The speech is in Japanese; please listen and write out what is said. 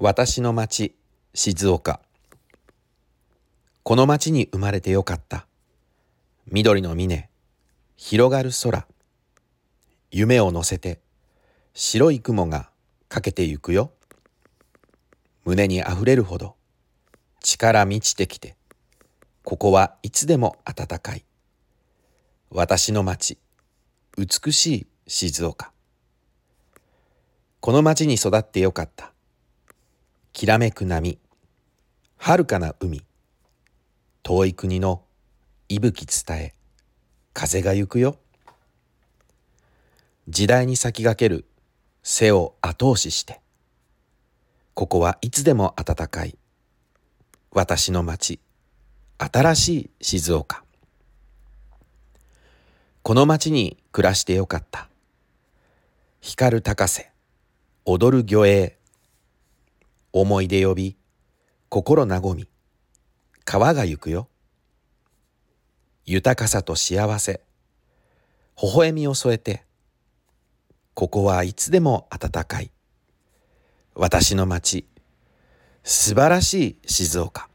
私の町、静岡。この町に生まれてよかった。緑の峰、広がる空。夢を乗せて、白い雲がかけてゆくよ。胸にあふれるほど、力満ちてきて、ここはいつでも暖かい。私の町、美しい静岡。この町に育ってよかった。きらめく波、遥かな海、遠い国の息吹伝え、風が行くよ。時代に先駆ける背を後押しして、ここはいつでも暖かい。私の町、新しい静岡。この町に暮らしてよかった。光る高瀬、踊る魚影。思い出呼び、心和み、川が行くよ。豊かさと幸せ、微笑みを添えて、ここはいつでも暖かい。私の町、素晴らしい静岡。